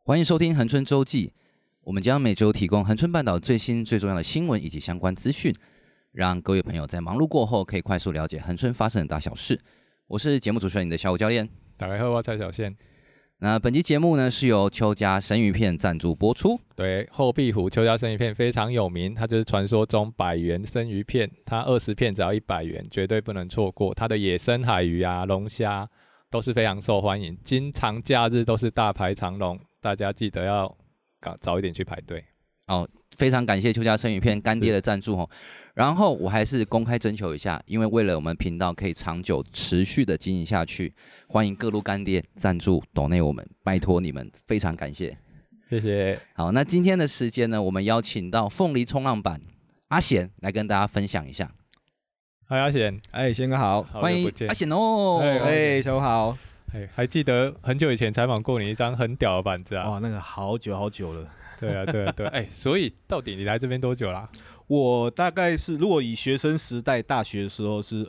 欢迎收听恒春周记，我们将每周提供恒春半岛最新最重要的新闻以及相关资讯，让各位朋友在忙碌过后可以快速了解恒春发生的大小事。我是节目主持人你的小虎教练， 大家好，我蔡小宪。 那本期节目呢是由邱家生鱼片赞助播出。 对，后壁湖邱家生鱼片非常有名，它就是传说中100元生鱼片，它20片只要100元，绝对不能错过。它的野生海鱼啊、龙虾都是非常受欢迎，经常假日都是大排长龙，大家记得要早一点去排队。 哦，非常感谢邱家生鱼片干爹的赞助哦。然后我还是公开征求一下，因为为了我们频道可以长久持续的经营下去，欢迎各路干爹赞助斗内我们，拜托你们，非常感谢， 谢谢。 好，那今天的时间呢，我们邀请到凤梨冲浪板阿贤来跟大家分享一下。 嗨，阿贤， 宪哥好， 欢迎阿贤哦。 小虎好。 还记得很久以前采访过你一张很屌的板子啊？ 哇，那个好久了。 对啊。所以到底你来这边多久啦？ 我大概是如果以学生时代大学的时候是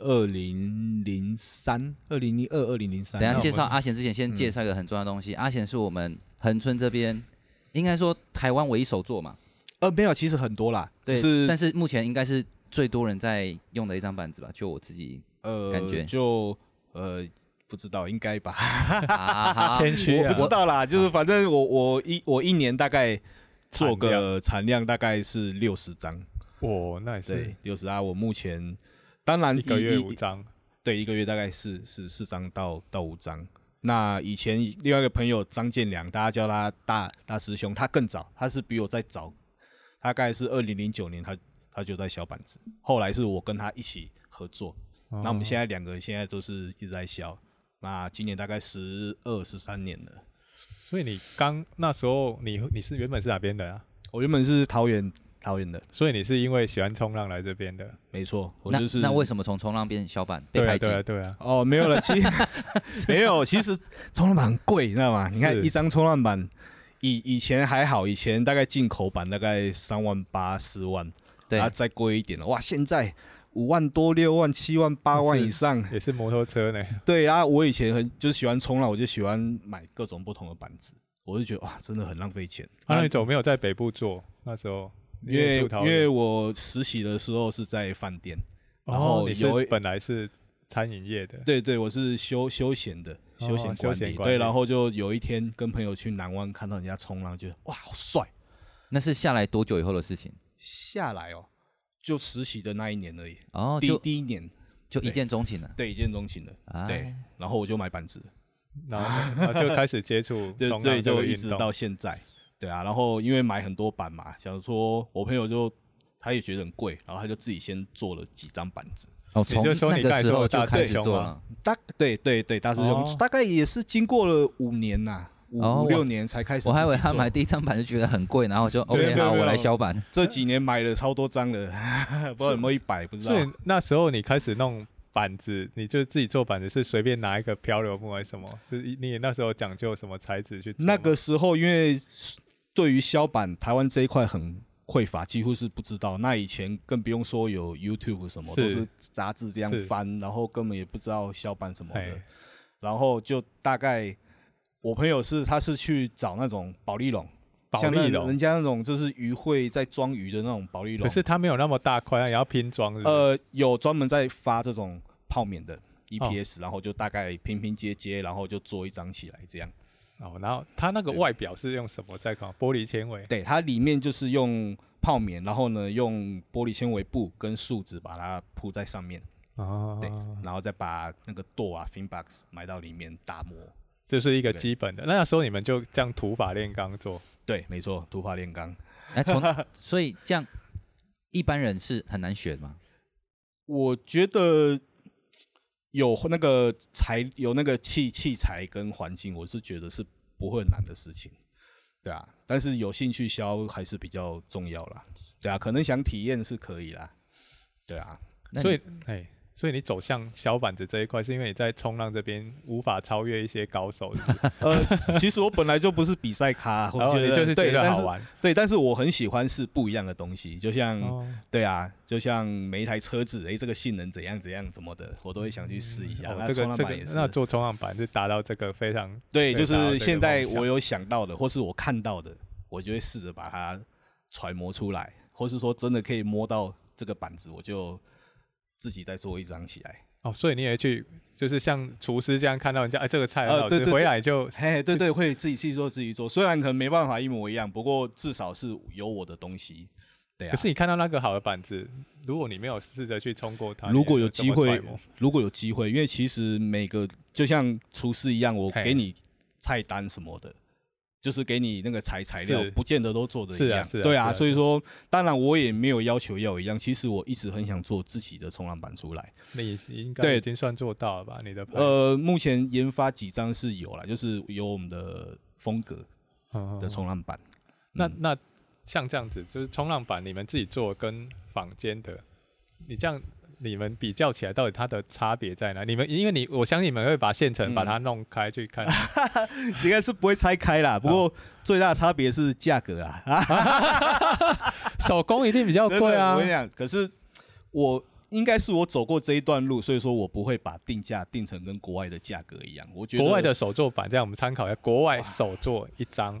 2003、2002、2003。 等一下介绍阿贤之前，先介绍一个很重要的东西。阿贤是我们恒春这边应该说台湾唯一手作嘛？ 没有，其实很多啦。 对，但是目前应该是最多人在用的一张板子吧？就我自己感觉， 不知道，应该吧。 谦虚啊， 我不知道啦，就是反正我一年大概做个产量大概是60张。 哦，那也是对60啊。我目前当然一个月5张， 对，一个月大概是4张到5张。那以前另外一个朋友张建良，大家叫他大师兄，他更早，他是比我再早，大概是2009年他就在小板子，后来是我跟他一起合作。那我们现在2个现在都是一直在销。那今年大概12、13年了。 所以你那时候你是原本是哪边的啊？ 我原本是桃园的。 所以你是因为喜欢冲浪来这边的？ 没错，我就是。 那为什么从冲浪变小板被排挤？ 对啊。 哦，没有了，其实没有，其实冲浪板很贵，你知道吗？你看一张冲浪板，以前还好，以前大概进口版大概3万8、4万，对，然后再贵一点了，哇，现在5万多、6万、7万、8万以上， 也是摩托车呢。 对啊，我以前就是喜欢冲浪，我就喜欢买各种不同的板子，我就觉得哇，真的很浪费钱。 那你怎么没有在北部做？那时候因为我实习的时候是在饭店，然后你是本来是餐饮业的。 对，我是休闲的，休闲管理。对，然后就有一天跟朋友去南湾看到人家冲浪，觉得哇，好帅。 那是下来多久以后的事情？ 下来哦。就实习的那一年而已，第一年就一见钟情了。 对，一见钟情了。对，然后我就买板子， 然后就开始接触冲浪这个运动， 就一直到现在。对啊，然后因为买很多板嘛，想说我朋友他也觉得很贵，然后他就自己先做了几张板子。 哦，从那个时候就开始做了。 对，大师兄大概也是经过了5年呐。5、6年才开始。 我还以为他买第一张板就觉得很贵，然后就 OK 好，我来销板。 这几年买了超多张了，不知道有没有100，不知道。 所以那时候你开始弄板子，你就自己做板子，是随便拿一个漂流木还是什么？是你那时候讲究什么材质去做？ 那个时候因为对于销板，台湾这一块很匮乏，几乎是不知道。那以前更不用说有 YouTube 什么，都是杂志这样翻，然后根本也不知道销板什么的。然后就大概。我朋友他是去找那种保丽龙，像人家那种就是渔会在装鱼的那种保丽龙。 可是它没有那么大块，也要拼装是不是？ 有专门在发这种泡棉的 EPS，然后就大概拼接，然后就做一张起来这样。 然后它那个外表是用什么在搞？玻璃纤维。 对，它里面就是用泡棉，然后呢用玻璃纤维布跟树脂把它铺在上面。对，然后再把那个舵啊 fin box 埋到里面打磨。 这是一个基本的。那时候你们就这样土法炼钢做？ 对，没错，土法炼钢。 所以这样一般人是很难学吗？ 我觉得有那个器材跟环境，我是觉得是不会很难的事情。对啊，但是有兴趣销还是比较重要啦。对啊，可能想体验是可以啦。对啊， 所以所以你走向小板子这一块，是因为你在冲浪这边无法超越一些高手是不是？ 其实我本来就不是比赛咖，我觉得你就是觉得好玩。 对，但是我很喜欢是不一样的东西，就像、对啊，就像每一台车子，这个性能怎样怎么的，我都会想去试一下。那冲浪板也是， 那做冲浪板是达到这个非常对，就是现在我有想到的，或是我看到的，我就会试着把它揣摩出来，或是说真的可以摸到这个板子，我就自己再做一张起来。 所以你也去，就是像厨师这样看到人家这个菜很好吃， 对回来就对，会自己做。虽然可能没办法一模一样，不过至少是有我的东西。对啊。 可是你看到那个好的板子，如果你没有试着去冲过它， 如果有机会，因为其实每个就像厨师一样，我给你菜单什么的。就是给你那个材料，不见得都做的一样，对啊，所以说，当然我也没有要求要一样。其实我一直很想做自己的冲浪板出来。 你应该已经算做到了吧？你的目前研发几张是有啦，就是有我们的风格的冲浪板。 那像这样子，就是冲浪板你们自己做跟坊间的，你们比较起来，到底它的差别在哪？因为我相信你们会把现成把它弄开去看， 应该是不会拆开啦。不过最大的差别是价格啊， 手工一定比较贵啊。 我跟你讲，可是应该是我走过这一段路，所以说我不会把定价定成跟国外的价格一样。我觉得国外的手作板，这样我们参考一下，国外手作一张，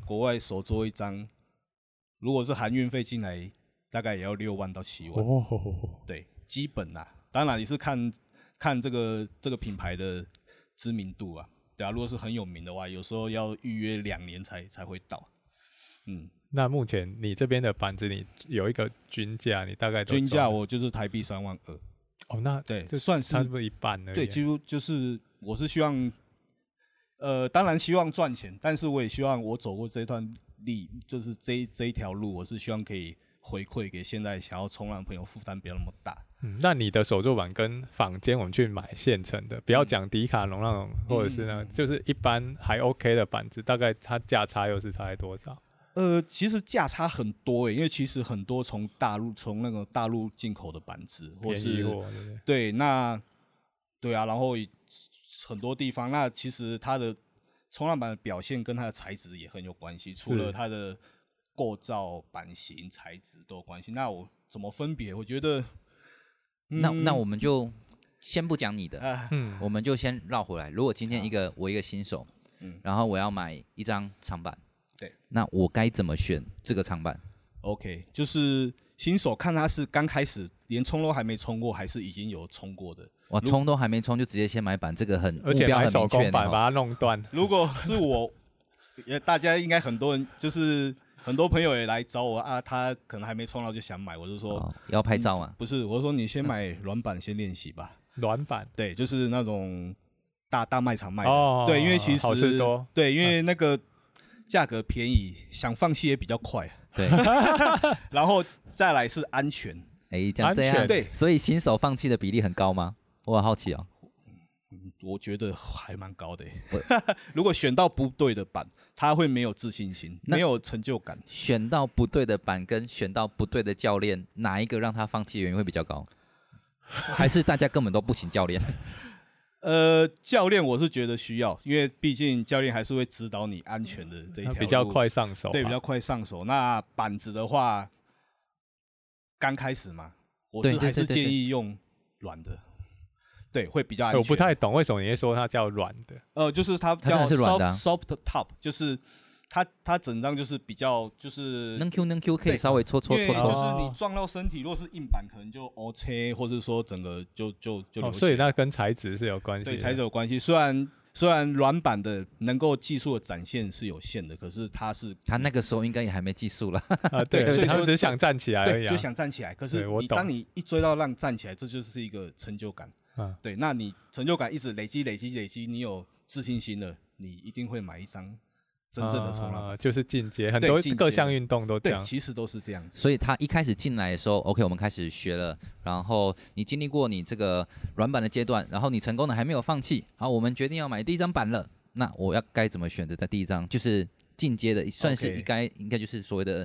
如果是含运费进来，大概也要6万到7万。对。基本啦，当然也是看这个品牌的知名度啊，对啊，如果是很有名的话，有时候要预约2年才会到。 那目前你这边的板子，你有一个均价，你大概均价我就是台币3万2。 那对，这算是差不多一半而已。 对，几乎就是我是希望，当然希望赚钱，但是我也希望我走过这段就是这一条路，我是希望可以回馈给现在想要冲浪的朋友，负担不要那么大。 那你的手作板跟坊间我们去买现成的，不要讲迪卡侬那种，或者是那就是一般还 OK 的板子，大概它价差又是差在多少？ 其实价差很多因为其实很多从那个大陆进口的板子，或是对，对啊，然后很多地方，那其实它的冲浪板的表现跟它的材质也很有关系，除了它的构造、版型、材质都有关系。那我怎么分别？我觉得。 那我们就先不讲你的，我们就先绕回来。如果今天我一个新手，然后我要买一张长板， 对， 那我该怎么选这个长板 ？OK， 就是新手看他是刚开始连冲都还没冲过，还是已经有冲过的。 哇，冲都还没冲就直接先买板，这个很而且买手工板把它弄断。 如果是我，大家应该很多人就是。很多朋友也来找我啊，他可能还没冲到就想买，我就说要拍照嘛， 不是，我说你先买软板先练习吧。 软板， 对，就是那种大卖场卖的，对，因为其实好事多， 对，因为那个价格便宜，想放弃也比较快， 对， 然后再来是安全， 这样， 对， 所以新手放弃的比例很高吗？我很好奇哦。 我觉得还蛮高的如果选到不对的板，他会没有自信心，没有成就感。 选到不对的板跟选到不对的教练，哪一个让他放弃的原因会比较高？还是大家根本都不请教练？ 教练我是觉得需要，因为毕竟教练还是会指导你安全的这一条路， 比较快上手。 对，比较快上手。那板子的话，刚开始嘛，我是还是建议用软的。对，会比较安全。 我不太懂为什么你会说它叫软的？ 就是它叫 soft top， 就是它整张就是比较就是能 Q 可以稍微搓， 就是你撞到身体，如果是硬板可能就 OK， 或者说整个就流血。 所以那跟材质是有关系的。 对，材质有关系。虽然软板的能够技术的展现是有限的，可是他那个时候应该也还没技术了对， 所以说他只是想站起来而已。 对，就想站起来。可是当你一追到浪站起来，这就是一个成就感。对，那你成就感一直累积，你有自信心了，你一定会买一张真正的冲浪板。 就是进阶，很多各项运动都这样。 对，其实都是这样子。 所以他一开始进来的时候 ，OK， 我们开始学了，然后你经历过你这个软板的阶段，然后你成功的还没有放弃，好，我们决定要买第一张板了。那我该怎么选择在第一张？就是进阶的，算是应该就是所谓的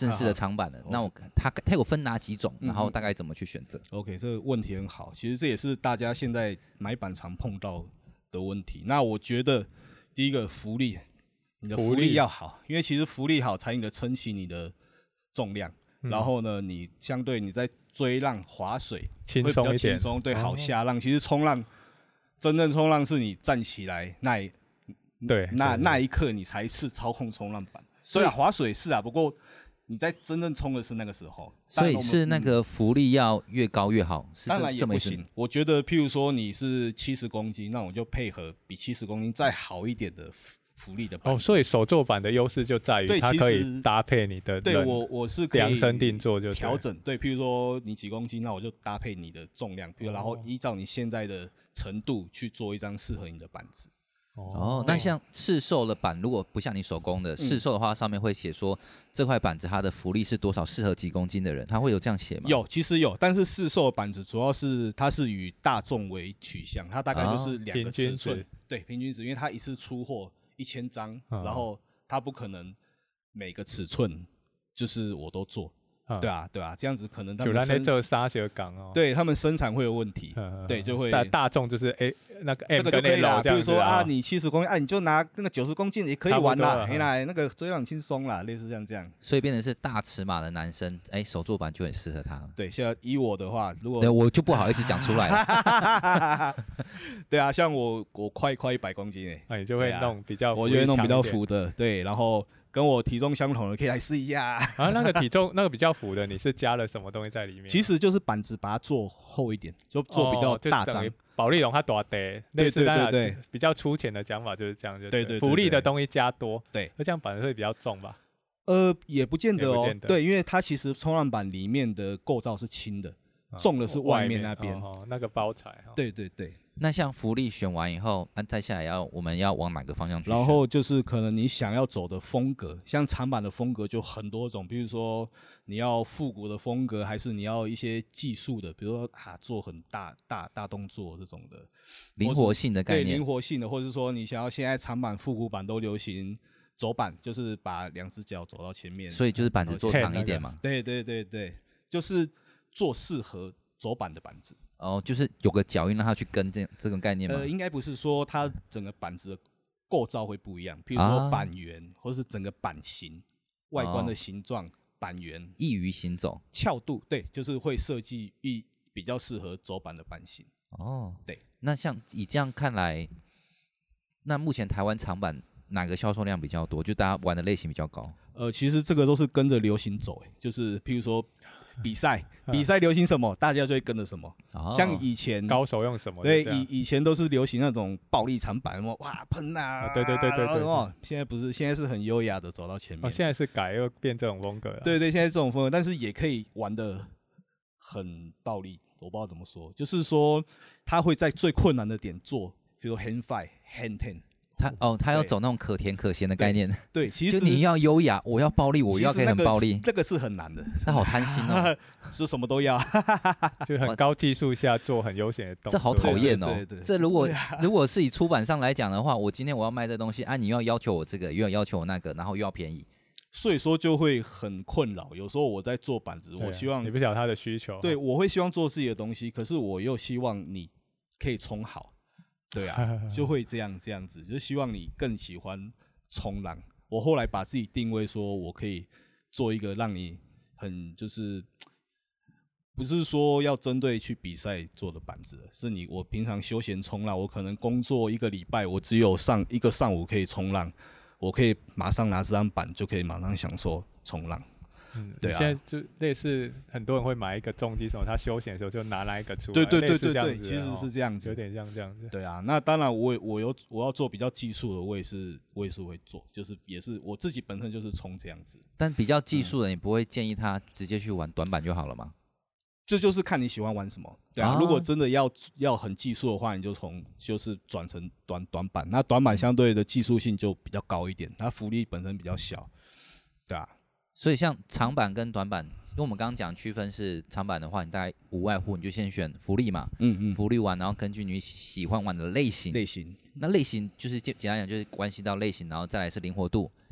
正式的长板的，那它有分哪几种，然后大概怎么去选择 ？OK， 这个问题很好，其实这也是大家现在买板常碰到的问题。那我觉得第一个浮力，你的浮力要好，因为其实浮力好才能撑起你的重量，然后呢，你相对你在追浪划水会比较轻松，对，好下浪。其实冲浪，真正冲浪是你站起来那一刻你才是操控冲浪板。对啊，划水是啊，不过你在真正冲的是那个时候。 所以是那个浮力要越高越好， 当然也不行。我觉得，譬如说你是70公斤，那我就配合比70公斤再好一点的浮力的板子。 所以手作板的优势就在于它可以搭配你的人， 对我是可以量身定做就调整。对，譬如说你几公斤，那我就搭配你的重量，然后依照你现在的程度去做一张适合你的板子。 那像市售的板，如果不像你手工的市售的话，上面会写说这块板子它的浮力是多少，适合几公斤的人，它会有这样写吗？ 其实有，但是市售的板子主要是它是以大众为取向，它大概就是2个尺寸，对，平均值，因为它一次出货1000张，然后它不可能每个尺寸就是我都做。对啊，这样子可能他们对他们生产会有问题，对，就会大众就是那个 M 这个就可以啦。比如说你70公斤，你就拿那个90公斤也可以玩啦，那个追浪很轻松啦，类似像这样。 所以变成是大尺码的男生，手作板就很适合他。 对，像以我的话，如果对我就不好意思讲出来了。对啊，像我快100公斤你就会弄比较， 我就会弄比较浮的，对，然后。跟我体重相同的可以来试一下。 那个体重那个比较浮的，你是加了什么东西在里面？ 其实就是板子把它做厚一点，就做比较大张。 保丽龙它大堆，对，比较粗浅的讲法就是这样，对，浮力的东西加多， 对， 那这样板子会比较重吧？ 也不见得哦，对，因为它其实冲浪板里面的构造是轻的，重的是外面那边那个包材。 对。 那像浮力选完以后，再下来我们要往哪个方向去选？ 然后就是可能你想要走的风格，像长板的风格就很多种，比如说你要复古的风格，还是你要一些技术的，比如说做很大动作这种的灵活性的概念， 对，灵活性的，或者是说你想要现在长板、复古板都流行走板，就是把2只脚走到前面， 所以就是板子做长一点嘛。 对，就是做适合走板的板子。 就是有个脚印让它去跟这种概念吗？ 应该不是说它整个板子的构造会不一样，譬如说板圆，或是整个板型、外观的形状、板圆易于行走， 翘度，对，就是会设计比较适合走板的板型。对。 那像以这样看来，那目前台湾长板哪个销售量比较多？就大家玩的类型比较高？ 其实这个都是跟着流行走，就是譬如说。比赛流行什么，大家就会跟着什么。像以前高手用什么？ 对，以前都是流行那种暴力长板，哇喷啊！ 对。 现在不是，现在是很优雅的走到前面。 现在是又变这种风格了。 对，现在这种风格，但是也可以玩得很暴力。我不知道怎么说，就是说他会在最困难的点做，比如说 hand fight、hand ten。 他要走那种可甜可咸的概念。 对，其实就你要优雅，我要暴力，我要可以很暴力， 这个是很难的。 那好贪心哦， 是什么都要， 就很高技术下做很悠闲的动作。 这好讨厌哦。 对。 这如果是以出版上来讲的话，我今天我要卖这东西你又要求我这个，又要求我那个，然后又要便宜， 所以说就会很困扰。有时候我在做板子，我希望你不晓得他的需求， 对，我会希望做自己的东西，可是我又希望你可以冲好。对啊，就会这样子，就希望你更喜欢冲浪。我后来把自己定位说，我可以做一个让你很就是不是说要针对去比赛做的板子，是我平常休闲冲浪，我可能工作1个礼拜，我只有一个上午可以冲浪，我可以马上拿这张板就可以马上享受冲浪。对啊， 现在就类似很多人会买一个重机什么，他休闲的时候就拿那一个出来， 对，其实是这样子， 有点像这样子。 对啊，那当然我要做比较技术的，我也是会做，就是也是我自己本身就是冲这样子。 但比较技术的，你不会建议他直接去玩短板就好了吗？ 这就是看你喜欢玩什么。对啊，如果真的要很技术的话，你就是转成短板，那短板相对的技术性就比较高一点，它浮力本身比较小，对啊。 所以像长板跟短板，因为我们刚刚讲区分是长板的话，你大概无外乎你就先选浮力嘛，浮力玩，然后根据你喜欢玩的类型， 那类型就是简单讲就是关系到类型，然后再来是灵活度，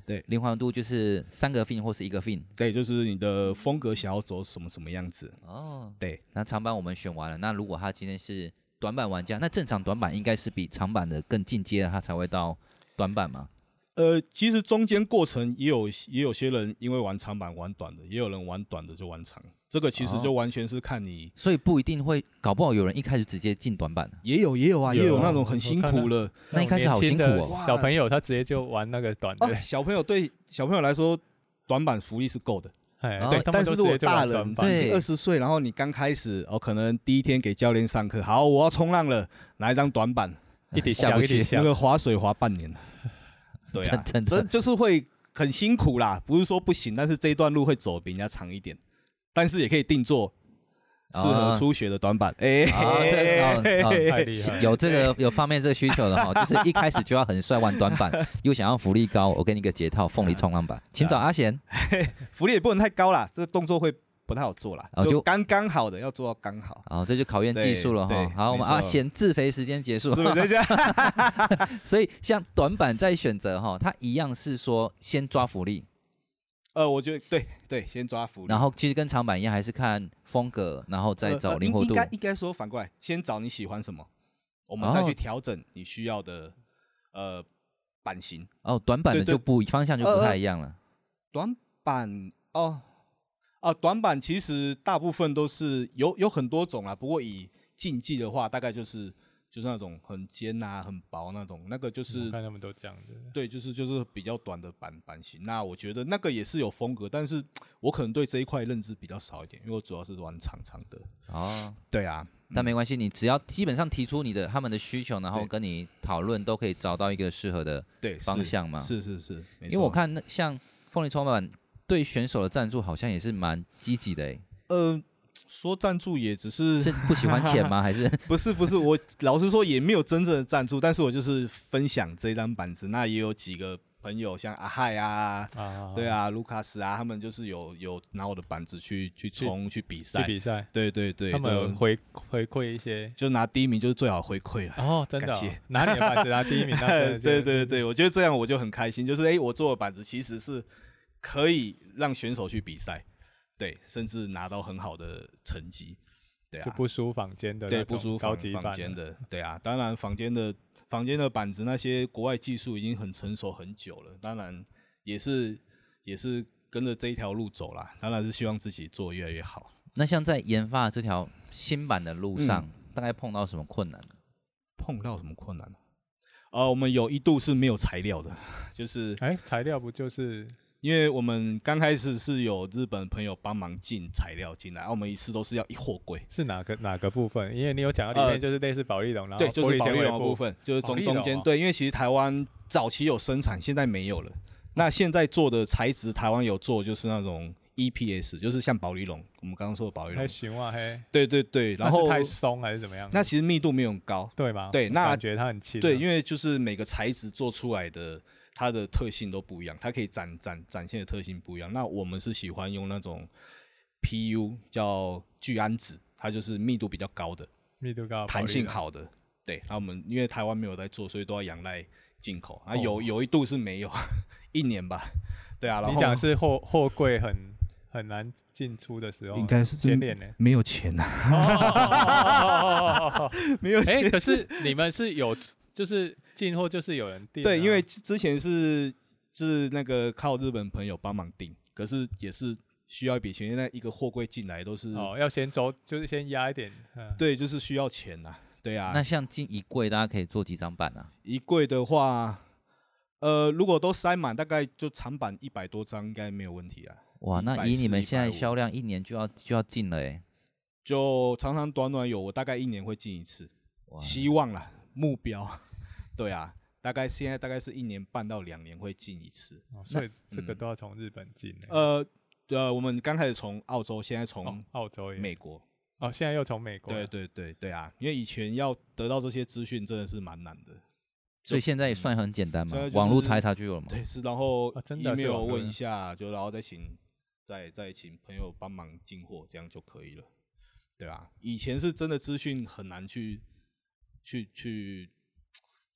对， 灵活度就是3个 fin 或是1个 fin。 对，就是你的风格想要走什么样子。 哦， 对， 那长板我们选完了，那如果他今天是短板玩家，那正常短板应该是比长板的更进阶的，他才会到短板嘛？ 其实中间过程也有些人因为玩长板玩短的，也有人玩短的就玩长，这个其实就完全是看你， 所以不一定会，搞不好有人一开始直接进短板， 也有啊，也有那种很辛苦了， 那一开始好辛苦哦。小朋友他直接就玩那个短的， 小朋友来说，短板福利是够的。 对， 但是如果大人对 20岁，然后你刚开始可能第一天给教练上课，好，我要冲浪了，拿一张短板， 一直下不去， 那个划水划半年了。对啊，这就是会很辛苦啦，不是说不行，但是这一段路会走比人家长一点，但是也可以定做适合初学的短板。 有这个有方面这个需求的哈，就是一开始就要很帅玩短板，又想要福利高，我给你个解套凤梨冲浪板，请找阿贤。 福利也不能太高啦，这个动作会不太好做啦，就刚刚好的要做到刚好。 这就考验技术了哈。好，我们阿贤自肥时间结束。所以像短板在选择哈，它一样是说先抓福利。 我觉得对，先抓福利。 然后其实跟长板一样，还是看风格，然后再找灵活度。 应该说反过来，先找你喜欢什么，我们再去调整你需要的版型。 短板的就方向就不太一样了。 短板短板其实大部分都是有很多种啦，不过以竞技的话，大概就是那种很尖啊、很薄那种，那个就是我看他们都这样子。 对，就是比较短的版型。那我觉得那个也是有风格，但是我可能对这一块认知比较少一点，因为我主要是玩长的。对啊， 但没关系，你只要基本上提出他们的需求，然后跟你讨论，都可以找到一个适合的方向嘛。 是，没错。 因为我看像凤梨冲板对选手的赞助好像也是蛮积极的说赞助也只是不喜欢钱吗？还是不是？我老实说也没有真正的赞助，但是我就是分享这张板子。那也有几个朋友，像阿海啊，对啊，卢卡斯啊，他们就是有拿我的板子去冲去比赛。对， 他们有回馈一些， 就拿第一名就是最好回馈了。 真的感谢拿你的板子拿第一名， 对，我觉得这样我就很开心，就是我做的板子其实是可以让选手去比赛。对，甚至拿到很好的成绩，对啊， 就不输坊间的， 对，不输坊间的，对啊，当然坊间的板子那些国外技术已经很成熟很久了，当然也是跟着这一条路走啦，当然是希望自己做越来越好。 那像在研发这条新版的路上，大概碰到什么困难？ 我们有一度是没有材料的，就是材料不就是？ 因为我们刚开始是有日本朋友帮忙进材料进来，我们一次都是要一货柜。 是哪个部分？因为你有讲到里面就是类似保丽龙，然后对，就是保丽龙的部分，就是中间对，因为其实台湾早期有生产，现在没有了。那现在做的材质，台湾有做就是那种 EPS， 就是像保丽龙，我们刚刚说的保丽龙。 还行啊， 对，然后那是太松还是怎么样？ 那其实密度没有很高， 对吗？ 对，那感觉它很轻。 对，因为就是每个材质做出来的。它的特性都不一样，它可以展现的特性不一样。那我们是喜欢用那种 PU 叫聚氨酯，它就是密度比较高的，弹性好的。对，那我们因为台湾没有在做，所以都要仰赖进口。有一度是没有，1年吧。对啊，然后你讲是货柜很难进出的时候， 应该是先练呢，没有钱呐。没有钱。 可是你们是有就是进货就是有人订， 对，因为之前是那个靠日本朋友帮忙订，可是也是需要一笔钱，因为一个货柜进来都是要先就是先压一点， 对，就是需要钱呐，对啊。 那像进一柜，大家可以做几张板啊？ 一柜的话，如果都塞满，大概就长板100多张应该没有问题啊。 哇，那以你们现在销量，1年就要进了就长短我大概1年会进一次，希望啦，目标。对啊，现在大概是1年半到2年会进一次， 所以这个都要从日本进。 我们刚开始从澳洲，现在从澳洲、 美国。 现在又从美国。 对啊，因为以前要得到这些资讯真的是蛮难的， 所以现在也算很简单嘛，网络查一查就有了嘛。 对，是，然后 email 问一下，就然后再请朋友帮忙进货，这样就可以了。对啊，以前是真的资讯很难去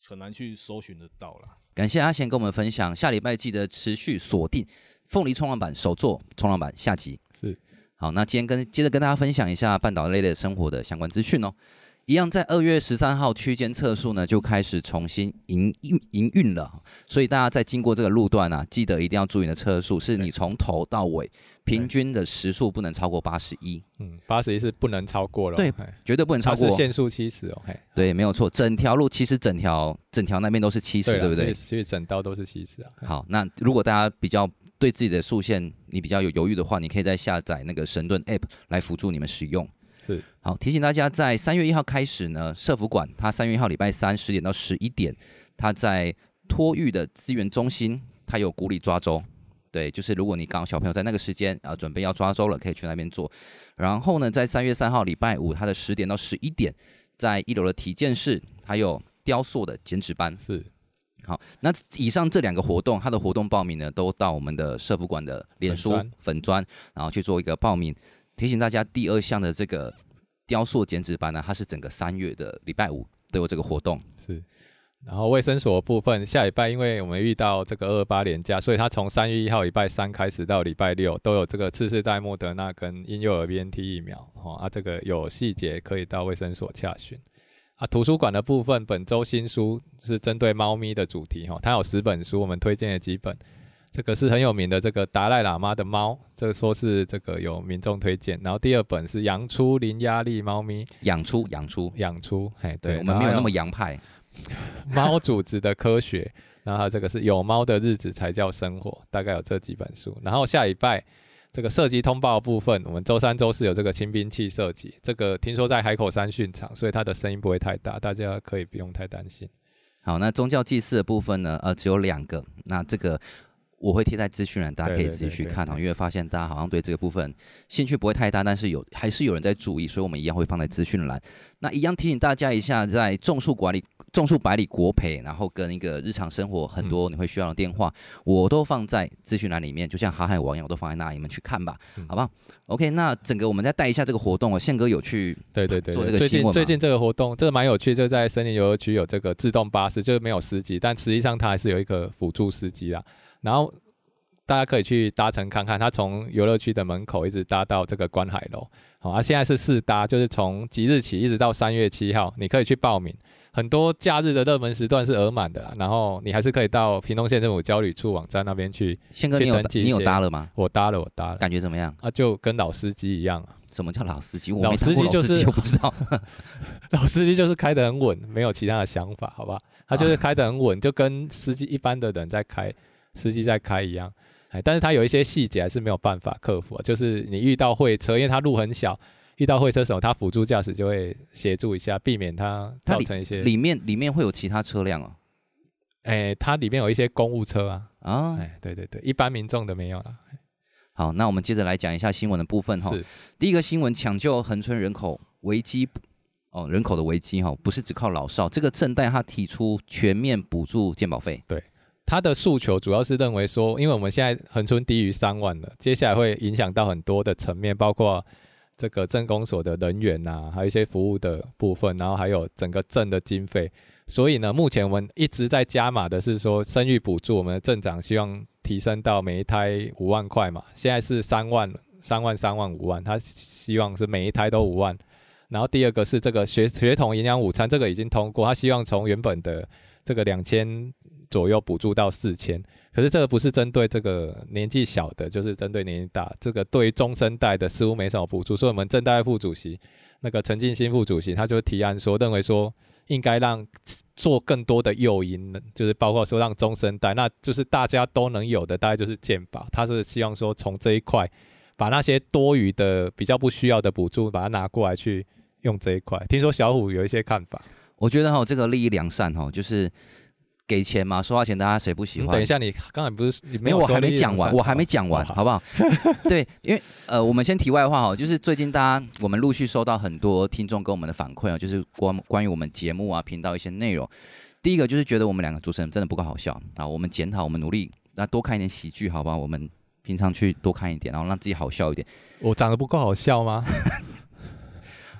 很难去搜寻得到啦。 感谢阿贤跟我们分享，下礼拜记得持续锁定凤梨冲浪板首作冲浪板下集。 是， 好，那今天接着跟大家分享一下半岛类的生活的相关资讯哦。一样在2月13号区间测速呢就开始重新营运了，所以大家在经过这个路段啊，记得一定要注意你的车速，是你从头到尾平均的时速不能超过81。 81是不能超过了， 对，绝对不能超过。 它是限速70哦， 对，没有错，整条路其实整条那边都是70，对不对？ 其实整道都是70啊。 好，那如果大家比较对自己的速限你比较有犹豫的话，你可以再下载那个神盾 App 来辅助你们使用。 是， 好，提醒大家，在3月1号开始呢，社福馆它3月1号礼拜三10点到11点，它在托育的资源中心，它有鼓励抓周。对，就是如果你刚好小朋友在那个时间准备要抓周了，可以去那边做。然后呢，在3月3号礼拜五，它的10点到11点，在1楼的体健室，还有雕塑的减脂班。 是。 好，那以上这2个活动，它的活动报名呢，都到我们的社福馆的脸书粉专，然后去做一个报名。提醒大家，第2项的这个雕塑减脂班呢，它是整个3月的礼拜五都有这个活动。 是，然后卫生所的部分，下礼拜因为我们遇到这个228连假，所以它从3月1号礼拜三开始到礼拜六都有这个次世代莫德纳跟婴幼儿 BNT 疫苗。这个有细节可以到卫生所洽询。图书馆的部分，本周新书是针对猫咪的主题，它有10本书，我们推荐了几本。这个是很有名的这个达赖喇嘛的猫，这个说是这个有民众推荐。然后第2本是养出零压力猫咪，养出， 对，我们没有那么洋派。 猫组织的科学，然后这个是有猫的日子才叫生活，大概有这几本书。然后下礼拜这个射击通报的部分，我们周3、周4有这个轻兵器射击，这个听说在海口山训场，所以它的声音不会太大，大家可以不用太担心。 好，那宗教祭祀的部分呢，只有2个，那这个我会贴在资讯栏，大家可以自己去看因为发现大家好像对这个部分兴趣不会太大，但是还是有人在注意，所以我们一样会放在资讯栏。那一样提醒大家一下，在种树百里国培，然后跟一个日常生活很多你会需要的电话，我都放在资讯栏里面，就像航海王一样，我都放在那里，你们去看吧，好不好 ？OK， 那整个我们再带一下这个活动宪哥有去做这个新闻吗？ 最近这个活动这个蛮有趣，就在森林游乐区有这个自动巴士，就是没有司机，但实际上它还是有一个辅助司机啦。然后大家可以去搭乘看看，它从游乐区的门口一直搭到这个观海楼。现在是试搭，就是从即日起一直到3月7号，你可以去报名。很多假日的热门时段是额满的啦，然后你还是可以到屏东县政府交旅处网站那边去。 宪哥，你有搭了吗？ 我搭了， 感觉怎么样？ 就跟老司机一样。 什么叫老司机？ 老司机就是我不知道。 老司机就是开得很稳，没有其他的想法，好吧？他就是开得很稳，就跟司机一般的人在开，司机在开一样。但是他有一些细节还是没有办法克服，就是你遇到会车，因为它路很小，遇到会车手，他辅助驾驶就会协助一下，避免它造成一些。 里面会有其他车辆哦。 它里面有一些公务车啊。对，一般民众的没有啦。 好，那我们接着来讲一下新闻的部分哈。第一个新闻，抢救恒春人口危机人口的危机不是只靠老少，这个政代他提出全面补助健保费。 对。他的诉求主要是认为说，因为我们现在恒春低于3万了，接下来会影响到很多的层面，包括这个镇公所的人员还有一些服务的部分，然后还有整个镇的经费。所以呢，目前我们一直在加码的是说生育补助，我们的镇长希望提升到每一胎5万块嘛，现在是3万、5万，他希望是每一胎都5万。然后第2个是这个学童营养午餐，这个已经通过，他希望从原本的这个2000左右补助到4000，可是这个不是针对这个年纪小的，就是针对年纪大，这个对于中生代的似乎没什么补助，所以我们镇代副主席那个陈进兴副主席他就提案说，认为说应该让做更多的诱因，就是包括说让中生代，那就是大家都能有的，大概就是健保，他是希望说从这一块把那些多余的比较不需要的补助把它拿过来去用这一块。听说小虎有一些看法， 我觉得这个利益良善就是给钱嘛，收到钱大家谁不喜欢？ 等一下，你刚才不是你没有？ 我还没讲完，好不好？对，因为我们先题外话就是最近我们陆续收到很多听众跟我们的反馈就是关于我们节目频道一些内容。第一个就是觉得我们2个主持人真的不够好笑我们检讨，我们努力多看一点喜剧，好不好？我们平常去多看一点，然后让自己好笑一点。 我长得不够好笑吗？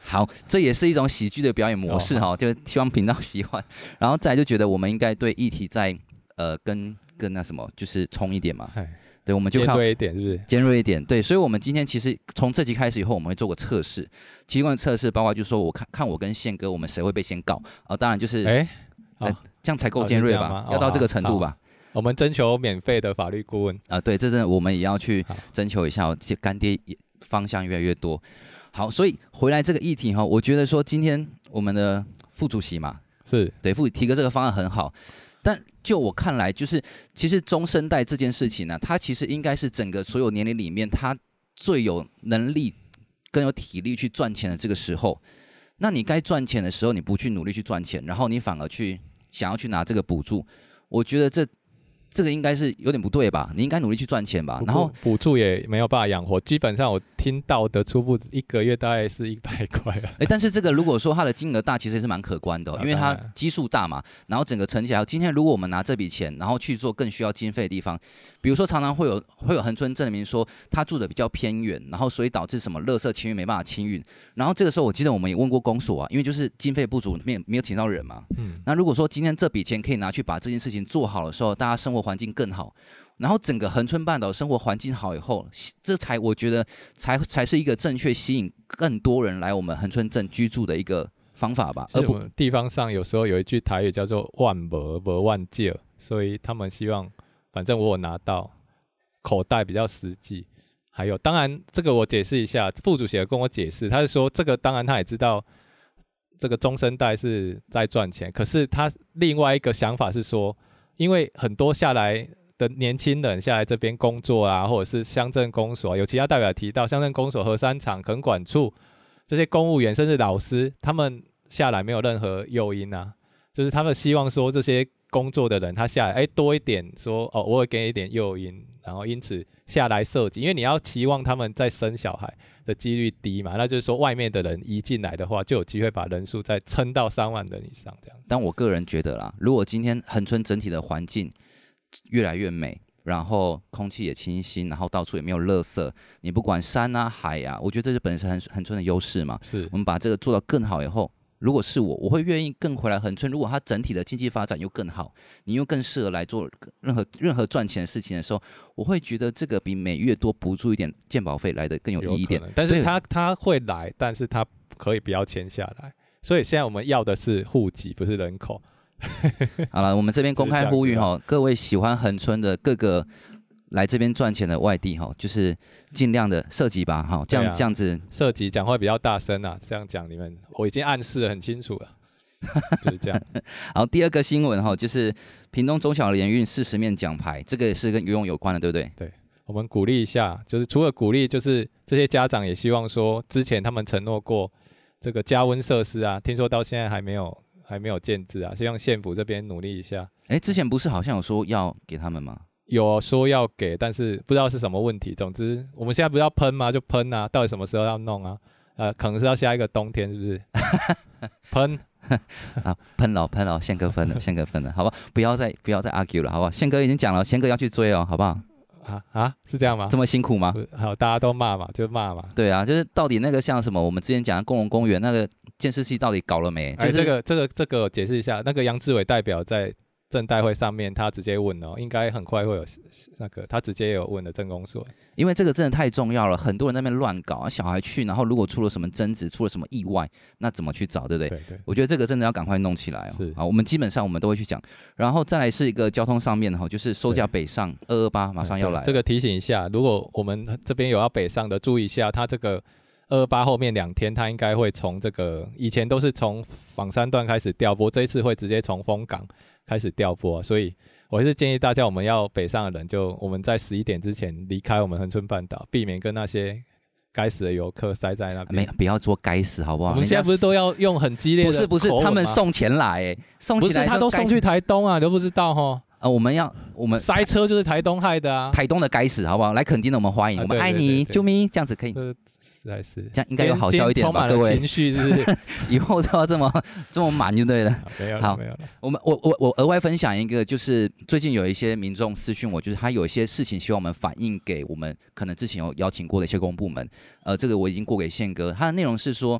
好，这也是一种喜剧的表演模式哈，就希望频道喜欢。然后再来就觉得我们应该对议题再跟那什么，就是冲一点嘛。对，我们就尖锐一点，是不是？ 尖锐一点，对。所以，我们今天其实从这集开始以后，我们会做个测试。其中的测试包括就是说，我看我跟宪哥，我们谁会被先告当然就是这样才够尖锐吧？要到这个程度吧？ 我们征求免费的法律顾问对，这真的我们也要去征求一下，干爹方向越来越多。好，所以回来这个议题哈，我觉得说今天我们的副主席嘛， 是对副提个这个方案很好。但就我看来，就是其实中生代这件事情呢，它其实应该是整个所有年龄里面，它最有能力更有体力去赚钱的这个时候。那你该赚钱的时候，你不去努力去赚钱，然后你反而想要去拿这个补助，我觉得这个应该是有点不对吧？你应该努力去赚钱吧。然后补助也没有办法养活，基本上我听到的初步1个月大概是100块啊。 但是这个如果说它的金额大，其实也是蛮可观的因为它基数大嘛。然后整个乘起来，今天如果我们拿这笔钱，然后去做更需要经费的地方，比如说常常会有恒春证明说他住的比较偏远，然后所以导致什么垃圾清运没办法清运。然后这个时候我记得我们也问过公所因为就是经费不足，没有请到人嘛。那如果说今天这笔钱可以拿去把这件事情做好的时候，大家生活环境更好，然后整个恒春半岛生活环境好以后，这才我觉得才是一个正确吸引更多人来我们恒春镇居住的一个方法吧。 而不地方上有时候有一句台语叫做万没万借，所以他们希望反正我有拿到，口袋比较实际。还有当然这个我解释一下，副主席也跟我解释，他是说这个当然他也知道这个中生代是在赚钱，可是他另外一个想法是说，因为很多下来的年轻人下来这边工作啊，或者是乡镇公所，有其他代表提到乡镇公所、核三厂、垦管处这些公务员甚至老师，他们下来没有任何诱因啊，就是他们希望说这些工作的人他下来多一点说我会给你一点诱因，然后因此下来设计，因为你要期望他们再生小孩的几率低嘛，那就是说外面的人移进来的话，就有机会把人数再撑到3万人以上这样。 但我个人觉得啦，如果今天恒春整体的环境越来越美，然后空气也清新，然后到处也没有垃圾，你不管山啊海啊，我觉得这是本身恒春的优势嘛。 是我们把这个做到更好以后，如果是我会愿意更回来恒春。如果它整体的经济发展又更好，你又更适合来做任何赚钱的事情的时候，我会觉得这个比每月多补助一点健保费来的更有意义一点。 但是他会来，但是他可以不要签下来。所以现在我们要的是户籍，不是人口。 好了，我们这边公开呼吁各位喜欢恒春的各个来这边赚钱的外地就是尽量的涉及吧这样子涉及讲会比较大声啊，这样讲我已经暗示得很清楚了，就是这样。 好，第二个新闻就是屏东中小联运40面奖牌，这个也是跟游泳有关的，对不对？ 对，我们鼓励一下，就是除了鼓励，就是这些家长也希望说，之前他们承诺过这个加温设施啊，听说到现在还没有建置啊，希望县府这边努力一下。 之前不是好像有说要给他们吗？ 有说要给，但是不知道是什么问题。总之，我们现在不是要喷吗？就喷啊！到底什么时候要弄啊？可能是要下一个冬天，是不是？喷啊，喷了，宪哥分了，好吧？不要再 argue 了，好不好？宪哥已经讲了，宪哥要去追好不好？ 是这样吗？ 这么辛苦吗？ 好，大家都骂嘛，就骂嘛。 对啊，就是到底那个像什么，我们之前讲的共荣公园那个监视器到底搞了没？ 这个解释一下，那个杨志伟代表在镇代会上面，他直接问应该很快会有那个，他直接有问的镇公所， 因为这个真的太重要了，很多人在那边乱搞小孩去，然后如果出了什么争执，出了什么意外，那怎么去找，对不对？ 对， 我觉得这个真的要赶快弄起来是我们基本上我们都会去讲，然后再来是一个交通上面就是收假北上228马上要来， 这个提醒一下，如果我们这边有要北上的，注意一下，他这个228后面2天，他应该会从这个以前都是从枋山段开始调拨，这一次会直接从丰港开始调拨，所以我还是建议大家，我们要北上的人，就我们在11点之前离开我们恒春半岛，避免跟那些该死的游客塞在那边。 不要说该死好不好？ 我们现在不是都要用很激烈的不是，他们送钱来送起来， 不是他都送去台东啊，你都不知道我们塞车就是台东害的啊， 台东的该死好不好？来垦丁的我们欢迎，我们爱你，救命，这样子可以， 实在是这样应该有好笑一点吧，各位。 情绪是不是？ 以后都要这么满就对了。 没有了。 我额外分享一个，就是最近有一些民众私讯我，就是他有一些事情希望我们反映给我们可能之前有邀请过的一些公部门，这个我已经过给宪哥，他的内容是说，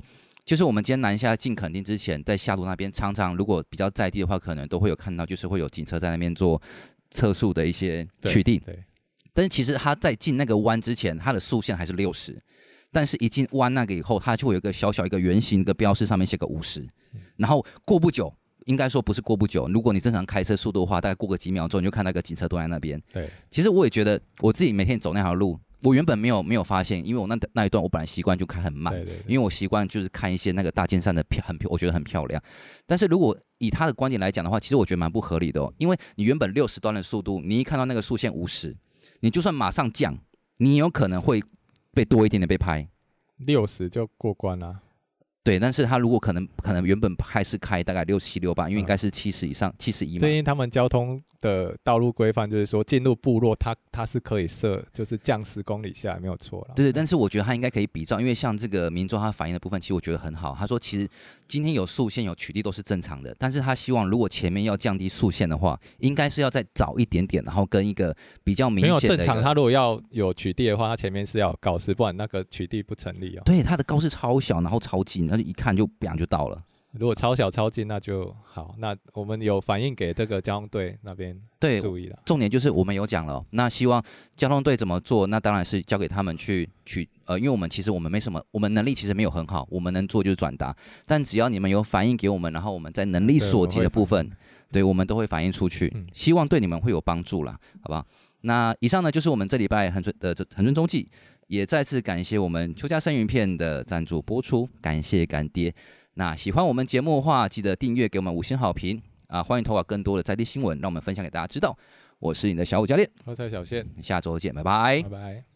就是我们今天南下进垦丁之前，在下路那边常常如果比较在地的话，可能都会有看到，就是会有警车在那边做测速的一些取缔。 对。 但是其实它在进那个弯之前，它的速限还是60，但是一进弯那个以后，它就会有一个小小一个圆形的标识，上面写个50，然后过不久。应该说不是过不久，如果你正常开车速度的话，大概过个几秒钟，你就看到一个警车蹲在那边。 对， 其实我也觉得我自己每天走那条路，我原本没有发现，因为我那一段我本来习惯就开很慢， 对， 因为我习惯就是看一些那个大尖山的我觉得很漂亮。但是如果以他的观点来讲的话，其实我觉得蛮不合理的哦，因为你原本60段的速度，你一看到那个速限50，你就算马上降，你有可能会被多一点点被拍 ，60就过关了。 对，但是他如果可能原本还是开大概67、68，因为应该是70以上，71嘛。 对，因为他们交通的道路规范就是说，进入部落它是可以设，就是降10公里下来没有错了。 对，但是我觉得他应该可以比照，因为像这个民众他反映的部分，其实我觉得很好。他说，其实今天有速限有取缔都是正常的，但是他希望如果前面要降低速限的话，应该是要再早一点点，然后跟一个比较明显的没有正常，他如果要有取缔的话，他前面是要有告示，不然那个取缔不成立哦。 对，他的告示超小，然后超近，然后一看就砰就到了。 如果超小超近，那就好。那我们有反映给这个交通队那边注意了。 重点就是我们有讲了，那希望交通队怎么做，那当然是交给他们去因为我们其实我们没什么，我们能力其实没有很好，我们能做就是转达。但只要你们有反映给我们，然后我们在能力所及的部分，对我们都会反映出去，希望对你们会有帮助啦，好不好？那以上呢就是我们这礼拜恒春中记，也再次感谢我们邱家生鱼片的赞助播出，感谢干爹。那喜欢我们节目的话，记得订阅给我们5星好评啊！欢迎投稿更多的在地新闻，让我们分享给大家知道。我是你的小五教练， 我是小宪， 下周见，拜拜， 拜拜。